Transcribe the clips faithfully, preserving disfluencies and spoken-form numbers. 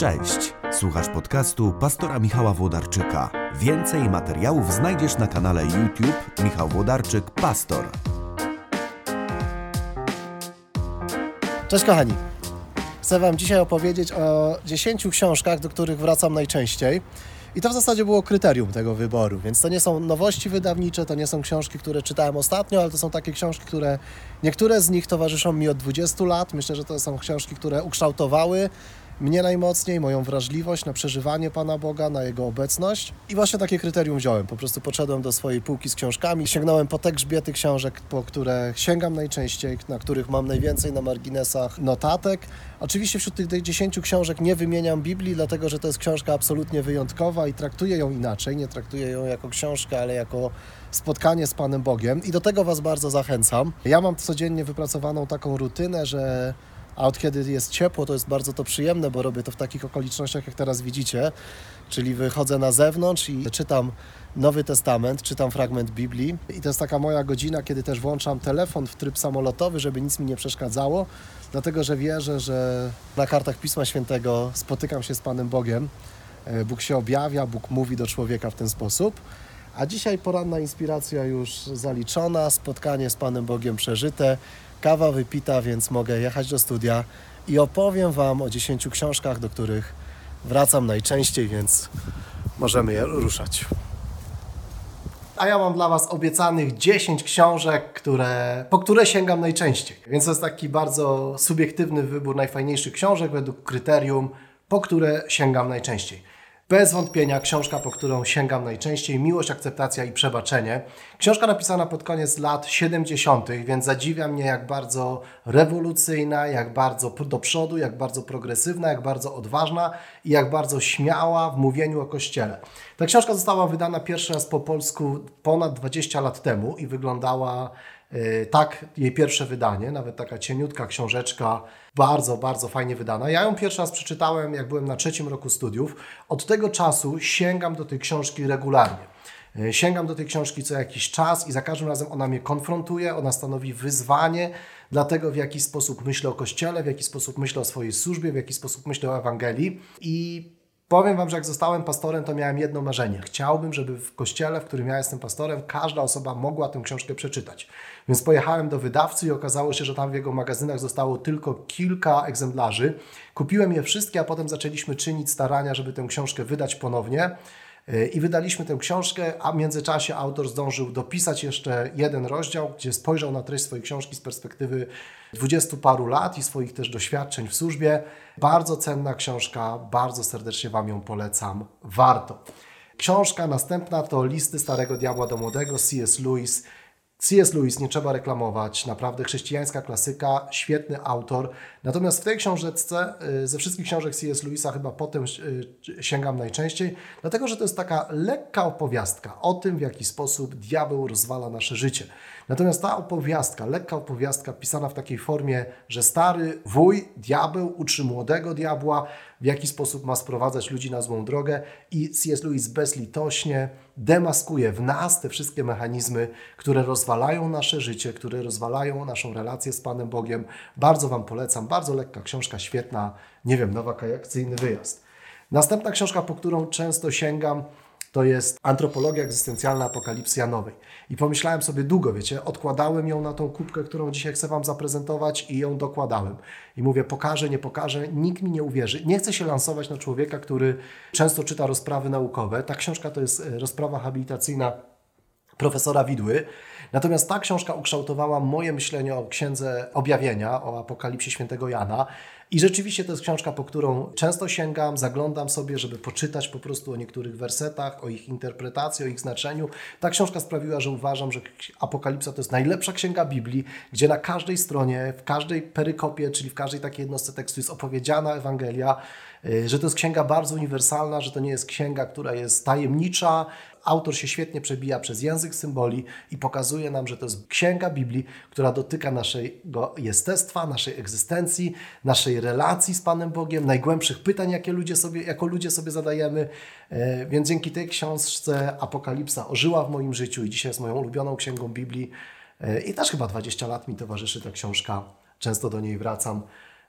Cześć, słuchasz podcastu pastora Michała Włodarczyka. Więcej materiałów znajdziesz na kanale YouTube Michał Włodarczyk Pastor. Cześć kochani, chcę Wam dzisiaj opowiedzieć o dziesięciu książkach, do których wracam najczęściej. I to w zasadzie było kryterium tego wyboru, więc to nie są nowości wydawnicze, to nie są książki, które czytałem ostatnio, ale to są takie książki, które niektóre z nich towarzyszą mi od dwudziestu lat. Myślę, że to są książki, które ukształtowały mnie najmocniej, moją wrażliwość na przeżywanie Pana Boga, na Jego obecność. I właśnie takie kryterium wziąłem. Po prostu podszedłem do swojej półki z książkami, sięgnąłem po te grzbiety książek, po które sięgam najczęściej, na których mam najwięcej na marginesach notatek. Oczywiście wśród tych dziesięciu książek nie wymieniam Biblii, dlatego że to jest książka absolutnie wyjątkowa i traktuję ją inaczej. Nie traktuję ją jako książkę, ale jako spotkanie z Panem Bogiem. I do tego Was bardzo zachęcam. Ja mam codziennie wypracowaną taką rutynę, że A od kiedy jest ciepło, to jest bardzo to przyjemne, bo robię to w takich okolicznościach, jak teraz widzicie. Czyli wychodzę na zewnątrz i czytam Nowy Testament, czytam fragment Biblii. I to jest taka moja godzina, kiedy też włączam telefon w tryb samolotowy, żeby nic mi nie przeszkadzało. Dlatego, że wierzę, że na kartach Pisma Świętego spotykam się z Panem Bogiem. Bóg się objawia, Bóg mówi do człowieka w ten sposób. A dzisiaj poranna inspiracja już zaliczona, spotkanie z Panem Bogiem przeżyte. Kawa wypita, więc mogę jechać do studia i opowiem Wam o dziesięciu książkach, do których wracam najczęściej, więc możemy je ruszać. A ja mam dla Was obiecanych dziesięć książek, które, po które sięgam najczęściej. Więc to jest taki bardzo subiektywny wybór najfajniejszych książek według kryterium, po które sięgam najczęściej. Bez wątpienia książka, po którą sięgam najczęściej, Miłość, akceptacja i przebaczenie. Książka napisana pod koniec lat siedemdziesiątych, więc zadziwia mnie, jak bardzo rewolucyjna, jak bardzo do przodu, jak bardzo progresywna, jak bardzo odważna i jak bardzo śmiała w mówieniu o Kościele. Ta książka została wydana pierwszy raz po polsku ponad dwadzieścia lat temu i wyglądała tak, jej pierwsze wydanie, nawet taka cieniutka książeczka, bardzo, bardzo fajnie wydana. Ja ją pierwszy raz przeczytałem, jak byłem na trzecim roku studiów. Od tego czasu sięgam do tej książki regularnie. Sięgam do tej książki co jakiś czas i za każdym razem ona mnie konfrontuje, ona stanowi wyzwanie dla tego, w jaki sposób myślę o Kościele, w jaki sposób myślę o swojej służbie, w jaki sposób myślę o Ewangelii. I powiem Wam, że jak zostałem pastorem, to miałem jedno marzenie. Chciałbym, żeby w kościele, w którym ja jestem pastorem, każda osoba mogła tę książkę przeczytać. Więc pojechałem do wydawcy i okazało się, że tam w jego magazynach zostało tylko kilka egzemplarzy. Kupiłem je wszystkie, a potem zaczęliśmy czynić starania, żeby tę książkę wydać ponownie. I wydaliśmy tę książkę, a w międzyczasie autor zdążył dopisać jeszcze jeden rozdział, gdzie spojrzał na treść swojej książki z perspektywy dwudziestu paru lat i swoich też doświadczeń w służbie. Bardzo cenna książka, bardzo serdecznie Wam ją polecam. Warto. Książka następna to Listy Starego Diabła do Młodego, C S. Lewis. C S. Lewis, nie trzeba reklamować, naprawdę chrześcijańska klasyka, świetny autor. Natomiast w tej książeczce, ze wszystkich książek C S. Lewisa chyba potem sięgam najczęściej, dlatego że to jest taka lekka opowiastka o tym, w jaki sposób diabeł rozwala nasze życie. Natomiast ta opowiastka, lekka opowiastka pisana w takiej formie, że stary wuj, diabeł, uczy młodego diabła, w jaki sposób ma sprowadzać ludzi na złą drogę i C S. Lewis bezlitośnie demaskuje w nas te wszystkie mechanizmy, które rozwalają nasze życie, które rozwalają naszą relację z Panem Bogiem. Bardzo Wam polecam, bardzo lekka książka, świetna, nie wiem, nowa-kajakcyjny wyjazd. Następna książka, po którą często sięgam, to jest Antropologia egzystencjalna apokalipsy Janowej. I pomyślałem sobie długo, wiecie, odkładałem ją na tą kubkę, którą dzisiaj chcę Wam zaprezentować i ją dokładałem. I mówię, pokażę, nie pokażę, nikt mi nie uwierzy. Nie chcę się lansować na człowieka, który często czyta rozprawy naukowe. Ta książka to jest rozprawa habilitacyjna profesora Widły. Natomiast ta książka ukształtowała moje myślenie o Księdze Objawienia, o Apokalipsie Świętego Jana. I rzeczywiście to jest książka, po którą często sięgam, zaglądam sobie, żeby poczytać po prostu o niektórych wersetach, o ich interpretacji, o ich znaczeniu. Ta książka sprawiła, że uważam, że Apokalipsa to jest najlepsza księga Biblii, gdzie na każdej stronie, w każdej perykopie, czyli w każdej takiej jednostce tekstu jest opowiedziana Ewangelia, że to jest księga bardzo uniwersalna, że to nie jest księga, która jest tajemnicza. Autor się świetnie przebija przez język symboli i pokazuje nam, że to jest księga Biblii, która dotyka naszego jestestwa, naszej egzystencji, naszej relacji z Panem Bogiem, najgłębszych pytań, jakie ludzie sobie, jako ludzie sobie zadajemy. Więc dzięki tej książce Apokalipsa ożyła w moim życiu i dzisiaj jest moją ulubioną księgą Biblii. I też chyba dwadzieścia lat mi towarzyszy ta książka. Często do niej wracam.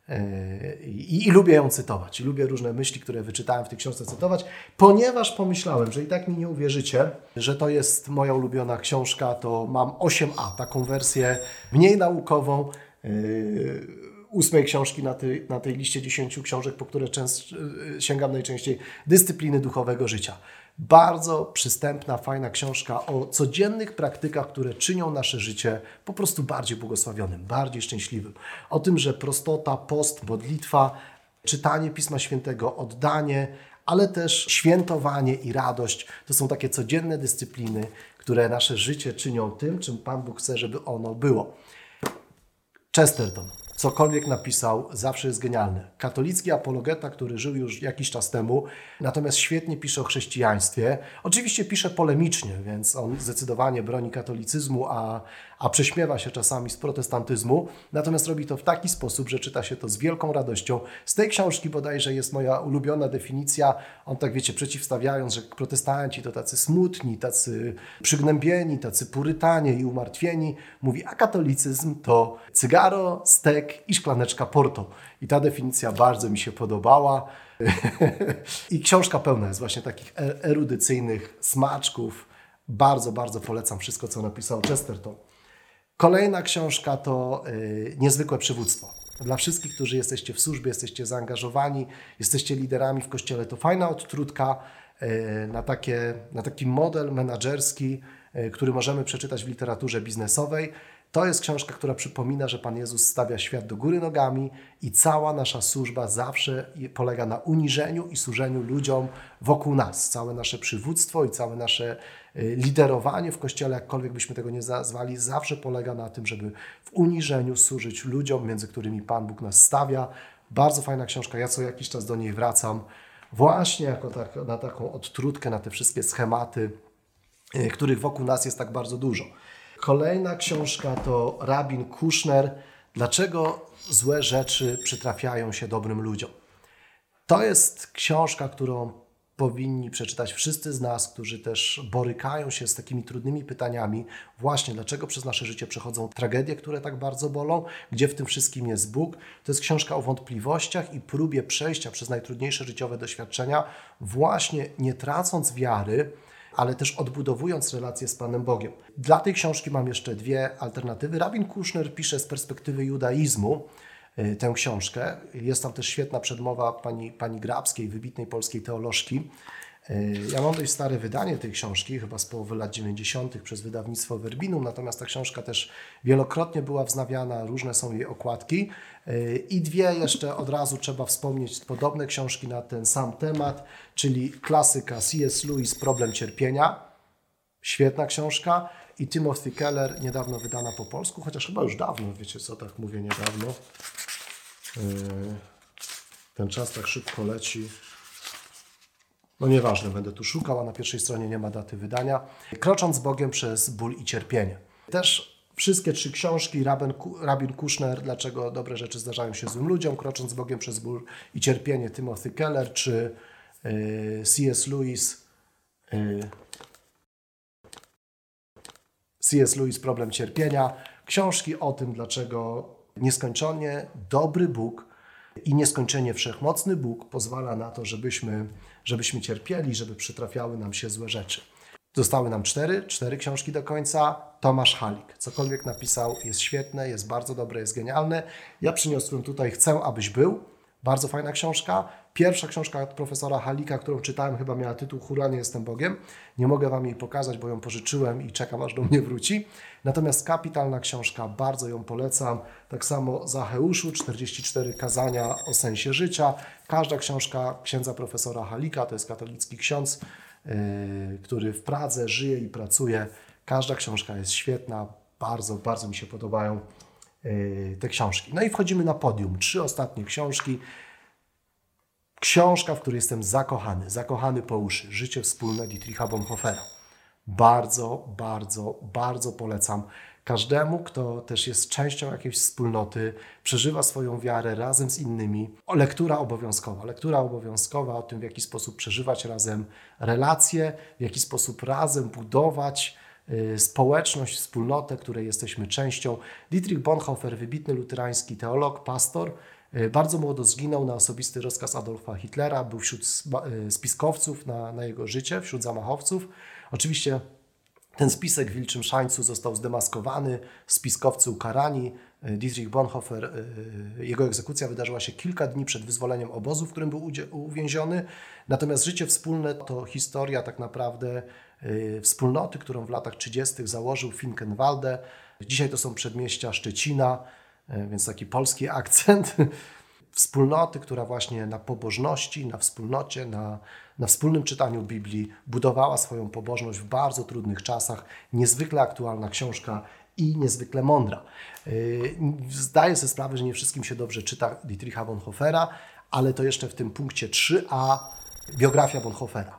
I, I lubię ją cytować. I lubię różne myśli, które wyczytałem w tej książce cytować, ponieważ pomyślałem, że i tak mi nie uwierzycie, że to jest moja ulubiona książka, to mam osiem a, taką wersję mniej naukową, yy, ósmej książki na tej, na tej liście dziesięciu książek, po które częst, sięgam najczęściej, Dyscypliny duchowego życia. Bardzo przystępna, fajna książka o codziennych praktykach, które czynią nasze życie po prostu bardziej błogosławionym, bardziej szczęśliwym. O tym, że prostota, post, modlitwa, czytanie Pisma Świętego, oddanie, ale też świętowanie i radość to są takie codzienne dyscypliny, które nasze życie czynią tym, czym Pan Bóg chce, żeby ono było. Chesterton. Cokolwiek napisał, zawsze jest genialny. Katolicki apologeta, który żył już jakiś czas temu, natomiast świetnie pisze o chrześcijaństwie. Oczywiście pisze polemicznie, więc on zdecydowanie broni katolicyzmu, a, a prześmiewa się czasami z protestantyzmu. Natomiast robi to w taki sposób, że czyta się to z wielką radością. Z tej książki bodajże jest moja ulubiona definicja. On tak, wiecie, przeciwstawiając, że protestanci to tacy smutni, tacy przygnębieni, tacy purytanie i umartwieni. Mówi, a katolicyzm to cygaro, stek i szklaneczka Porto. I ta definicja bardzo mi się podobała. I książka pełna jest właśnie takich erudycyjnych smaczków. Bardzo, bardzo polecam wszystko, co napisał Chesterton. Kolejna książka to y, Niezwykłe przywództwo. Dla wszystkich, którzy jesteście w służbie, jesteście zaangażowani, jesteście liderami w Kościele, to fajna odtrutka y, na, takie, na taki model menadżerski, y, który możemy przeczytać w literaturze biznesowej. To jest książka, która przypomina, że Pan Jezus stawia świat do góry nogami i cała nasza służba zawsze polega na uniżeniu i służeniu ludziom wokół nas. Całe nasze przywództwo i całe nasze liderowanie w Kościele, jakkolwiek byśmy tego nie nazwali, zawsze polega na tym, żeby w uniżeniu służyć ludziom, między którymi Pan Bóg nas stawia. Bardzo fajna książka, ja co jakiś czas do niej wracam, właśnie jako tak, na taką odtrutkę, na te wszystkie schematy, których wokół nas jest tak bardzo dużo. Kolejna książka to Rabin Kushner. Dlaczego złe rzeczy przytrafiają się dobrym ludziom? To jest książka, którą powinni przeczytać wszyscy z nas, którzy też borykają się z takimi trudnymi pytaniami. Właśnie dlaczego przez nasze życie przechodzą tragedie, które tak bardzo bolą? Gdzie w tym wszystkim jest Bóg? To jest książka o wątpliwościach i próbie przejścia przez najtrudniejsze życiowe doświadczenia, właśnie nie tracąc wiary, ale też odbudowując relacje z Panem Bogiem. Dla tej książki mam jeszcze dwie alternatywy. Rabin Kushner pisze z perspektywy judaizmu y, tę książkę. Jest tam też świetna przedmowa pani, pani Grabskiej, wybitnej polskiej teolożki. Y, ja mam dość stare wydanie tej książki, chyba z połowy lat dziewięćdziesiątych przez wydawnictwo Verbinum, natomiast ta książka też wielokrotnie była wznawiana, różne są jej okładki. Y, I dwie jeszcze od razu trzeba wspomnieć podobne książki na ten sam temat, czyli klasyka C S Lewis, Problem cierpienia, świetna książka, i Timothy Keller, niedawno wydana po polsku, chociaż chyba już dawno, wiecie co, tak mówię niedawno. Ten czas tak szybko leci. No nieważne, będę tu szukał, a na pierwszej stronie nie ma daty wydania. Krocząc z Bogiem przez ból i cierpienie. Też wszystkie trzy książki, Rabin, Rabin Kushner, Dlaczego dobre rzeczy zdarzają się złym ludziom, Krocząc z Bogiem przez ból i cierpienie, Timothy Keller, czy y, C S Lewis, y, C S Lewis, Problem cierpienia. Książki o tym, dlaczego nieskończenie dobry Bóg i nieskończenie wszechmocny Bóg pozwala na to, żebyśmy, żebyśmy cierpieli, żeby przytrafiały nam się złe rzeczy. Zostały nam cztery, cztery książki do końca. Tomasz Halik. Cokolwiek napisał, jest świetne, jest bardzo dobre, jest genialne. Ja przyniosłem tutaj Chcę, abyś był. Bardzo fajna książka. Pierwsza książka od profesora Halika, którą czytałem, chyba miała tytuł Hurra, nie jestem Bogiem. Nie mogę Wam jej pokazać, bo ją pożyczyłem i czekam, aż do mnie wróci. Natomiast kapitalna książka, bardzo ją polecam. Tak samo Zacheuszu, czterdzieści cztery kazania o sensie życia. Każda książka księdza profesora Halika, to jest katolicki ksiądz, yy, który w Pradze żyje i pracuje. Każda książka jest świetna, bardzo, bardzo mi się podobają yy, te książki. No i wchodzimy na podium. Trzy ostatnie książki. Książka, w której jestem zakochany, zakochany po uszy. Życie wspólne Dietricha Bonhoeffera. Bardzo, bardzo, bardzo polecam każdemu, kto też jest częścią jakiejś wspólnoty, przeżywa swoją wiarę razem z innymi. O, lektura obowiązkowa. Lektura obowiązkowa o tym, w jaki sposób przeżywać razem relacje, w jaki sposób razem budować y, społeczność, wspólnotę, której jesteśmy częścią. Dietrich Bonhoeffer, wybitny luterański teolog, pastor, Bardzo młodo zginął na osobisty rozkaz Adolfa Hitlera, był wśród spiskowców na, na jego życie, wśród zamachowców. Oczywiście ten spisek w Wilczym Szańcu został zdemaskowany, spiskowcy ukarani. Dietrich Bonhoeffer, jego egzekucja wydarzyła się kilka dni przed wyzwoleniem obozu, w którym był uwięziony. Natomiast życie wspólne to historia tak naprawdę wspólnoty, którą w latach trzydziestych założył Finkenwalde. Dzisiaj to są przedmieścia Szczecina, więc taki polski akcent. Wspólnoty, która właśnie na pobożności, na wspólnocie, na, na wspólnym czytaniu Biblii budowała swoją pobożność w bardzo trudnych czasach. Niezwykle aktualna książka i niezwykle mądra. Zdaję sobie sprawę, że nie wszystkim się dobrze czyta Dietricha Bonhoeffera, ale to jeszcze w tym punkcie trzy a biografia Bonhoeffera.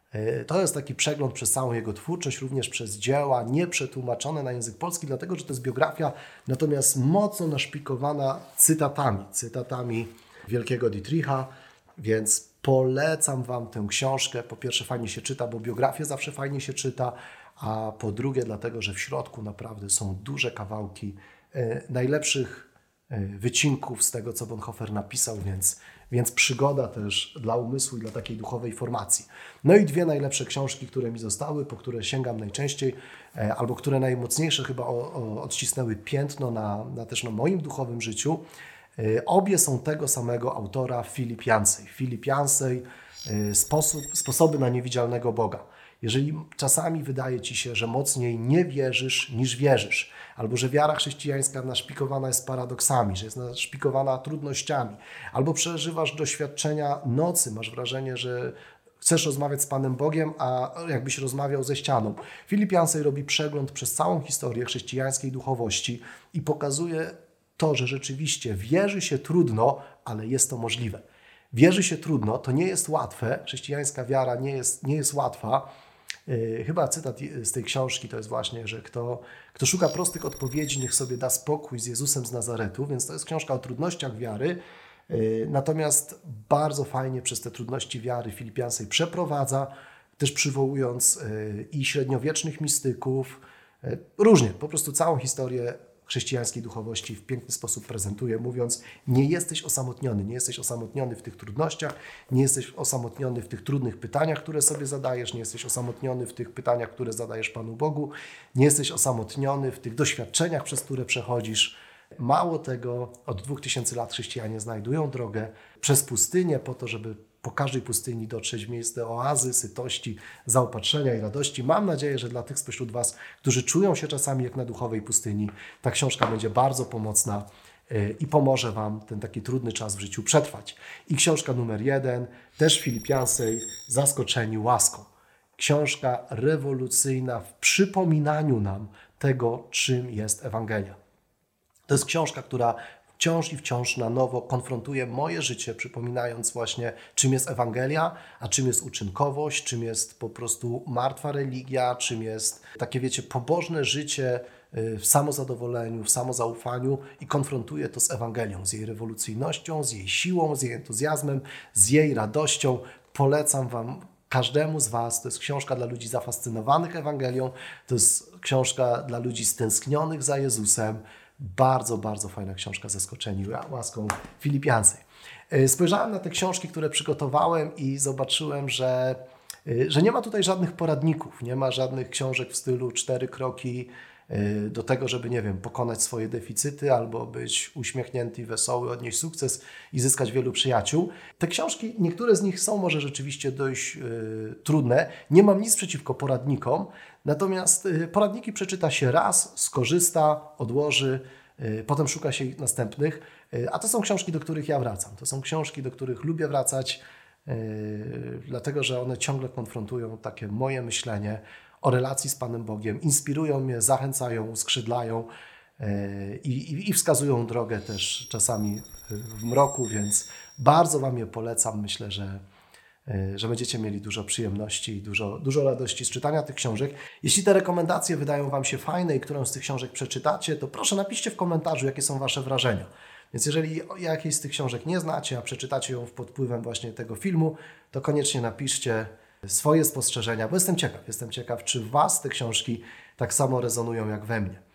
To jest taki przegląd przez całą jego twórczość, również przez dzieła nieprzetłumaczone na język polski, dlatego że to jest biografia, natomiast mocno naszpikowana cytatami, cytatami wielkiego Dietricha, więc polecam Wam tę książkę. Po pierwsze fajnie się czyta, bo biografię zawsze fajnie się czyta, a po drugie dlatego, że w środku naprawdę są duże kawałki e, najlepszych e, wycinków z tego, co Bonhoeffer napisał, więc, więc przygoda też dla umysłu i dla takiej duchowej formacji. No i dwie najlepsze książki, które mi zostały, po które sięgam najczęściej, e, albo które najmocniejsze chyba o, o, odcisnęły piętno na, na też na moim duchowym życiu. E, obie są tego samego autora, Philip Yancey. Philip Yancey, e, sposób, Sposoby na niewidzialnego Boga. Jeżeli czasami wydaje Ci się, że mocniej nie wierzysz niż wierzysz, albo że wiara chrześcijańska naszpikowana jest paradoksami, że jest naszpikowana trudnościami, albo przeżywasz doświadczenia nocy, masz wrażenie, że chcesz rozmawiać z Panem Bogiem, a jakbyś rozmawiał ze ścianą. Philip Yancey robi przegląd przez całą historię chrześcijańskiej duchowości i pokazuje to, że rzeczywiście wierzy się trudno, ale jest to możliwe. Wierzy się trudno, to nie jest łatwe, chrześcijańska wiara nie jest, nie jest łatwa. Chyba cytat z tej książki to jest właśnie, że kto, kto szuka prostych odpowiedzi, niech sobie da spokój z Jezusem z Nazaretu, więc to jest książka o trudnościach wiary, natomiast bardzo fajnie przez te trudności wiary Philip Yancey przeprowadza, też przywołując i średniowiecznych mistyków, różnie, po prostu całą historię chrześcijańskiej duchowości w piękny sposób prezentuje, mówiąc, nie jesteś osamotniony, nie jesteś osamotniony w tych trudnościach, nie jesteś osamotniony w tych trudnych pytaniach, które sobie zadajesz, nie jesteś osamotniony w tych pytaniach, które zadajesz Panu Bogu, nie jesteś osamotniony w tych doświadczeniach, przez które przechodzisz. Mało tego, od dwóch tysięcy lat chrześcijanie znajdują drogę przez pustynię po to, żeby po każdej pustyni dotrzeć w miejsce oazy, sytości, zaopatrzenia i radości. Mam nadzieję, że dla tych spośród Was, którzy czują się czasami jak na duchowej pustyni, ta książka będzie bardzo pomocna i pomoże Wam ten taki trudny czas w życiu przetrwać. I książka numer jeden, też Philip Yancey, Zaskoczeni łaską. Książka rewolucyjna w przypominaniu nam tego, czym jest Ewangelia. To jest książka, która wciąż i wciąż na nowo konfrontuje moje życie, przypominając właśnie, czym jest Ewangelia, a czym jest uczynkowość, czym jest po prostu martwa religia, czym jest takie, wiecie, pobożne życie w samozadowoleniu, w samozaufaniu i konfrontuje to z Ewangelią, z jej rewolucyjnością, z jej siłą, z jej entuzjazmem, z jej radością. Polecam Wam, każdemu z Was, to jest książka dla ludzi zafascynowanych Ewangelią, to jest książka dla ludzi stęsknionych za Jezusem. Bardzo, bardzo fajna książka, Zaskoczeni łaską, Philip Yancey. Spojrzałem na te książki, które przygotowałem i zobaczyłem, że, że nie ma tutaj żadnych poradników, nie ma żadnych książek w stylu cztery kroki do tego, żeby, nie wiem, pokonać swoje deficyty albo być uśmiechnięty, wesoły, odnieść sukces i zyskać wielu przyjaciół. Te książki, niektóre z nich są może rzeczywiście dość yy, trudne. Nie mam nic przeciwko poradnikom, natomiast yy, poradniki przeczyta się raz, skorzysta, odłoży, yy, potem szuka się ich następnych, yy, a to są książki, do których ja wracam. To są książki, do których lubię wracać, yy, dlatego że one ciągle konfrontują takie moje myślenie o relacji z Panem Bogiem, inspirują mnie, zachęcają, uskrzydlają i, i, i wskazują drogę też czasami w mroku, więc bardzo Wam je polecam. Myślę, że, że będziecie mieli dużo przyjemności i dużo, dużo radości z czytania tych książek. Jeśli te rekomendacje wydają Wam się fajne i którąś z tych książek przeczytacie, to proszę napiszcie w komentarzu, jakie są Wasze wrażenia. Więc jeżeli jakiejś z tych książek nie znacie, a przeczytacie ją pod wpływem właśnie tego filmu, to koniecznie napiszcie swoje spostrzeżenia, bo jestem ciekaw, jestem ciekaw, czy Was te książki tak samo rezonują jak we mnie.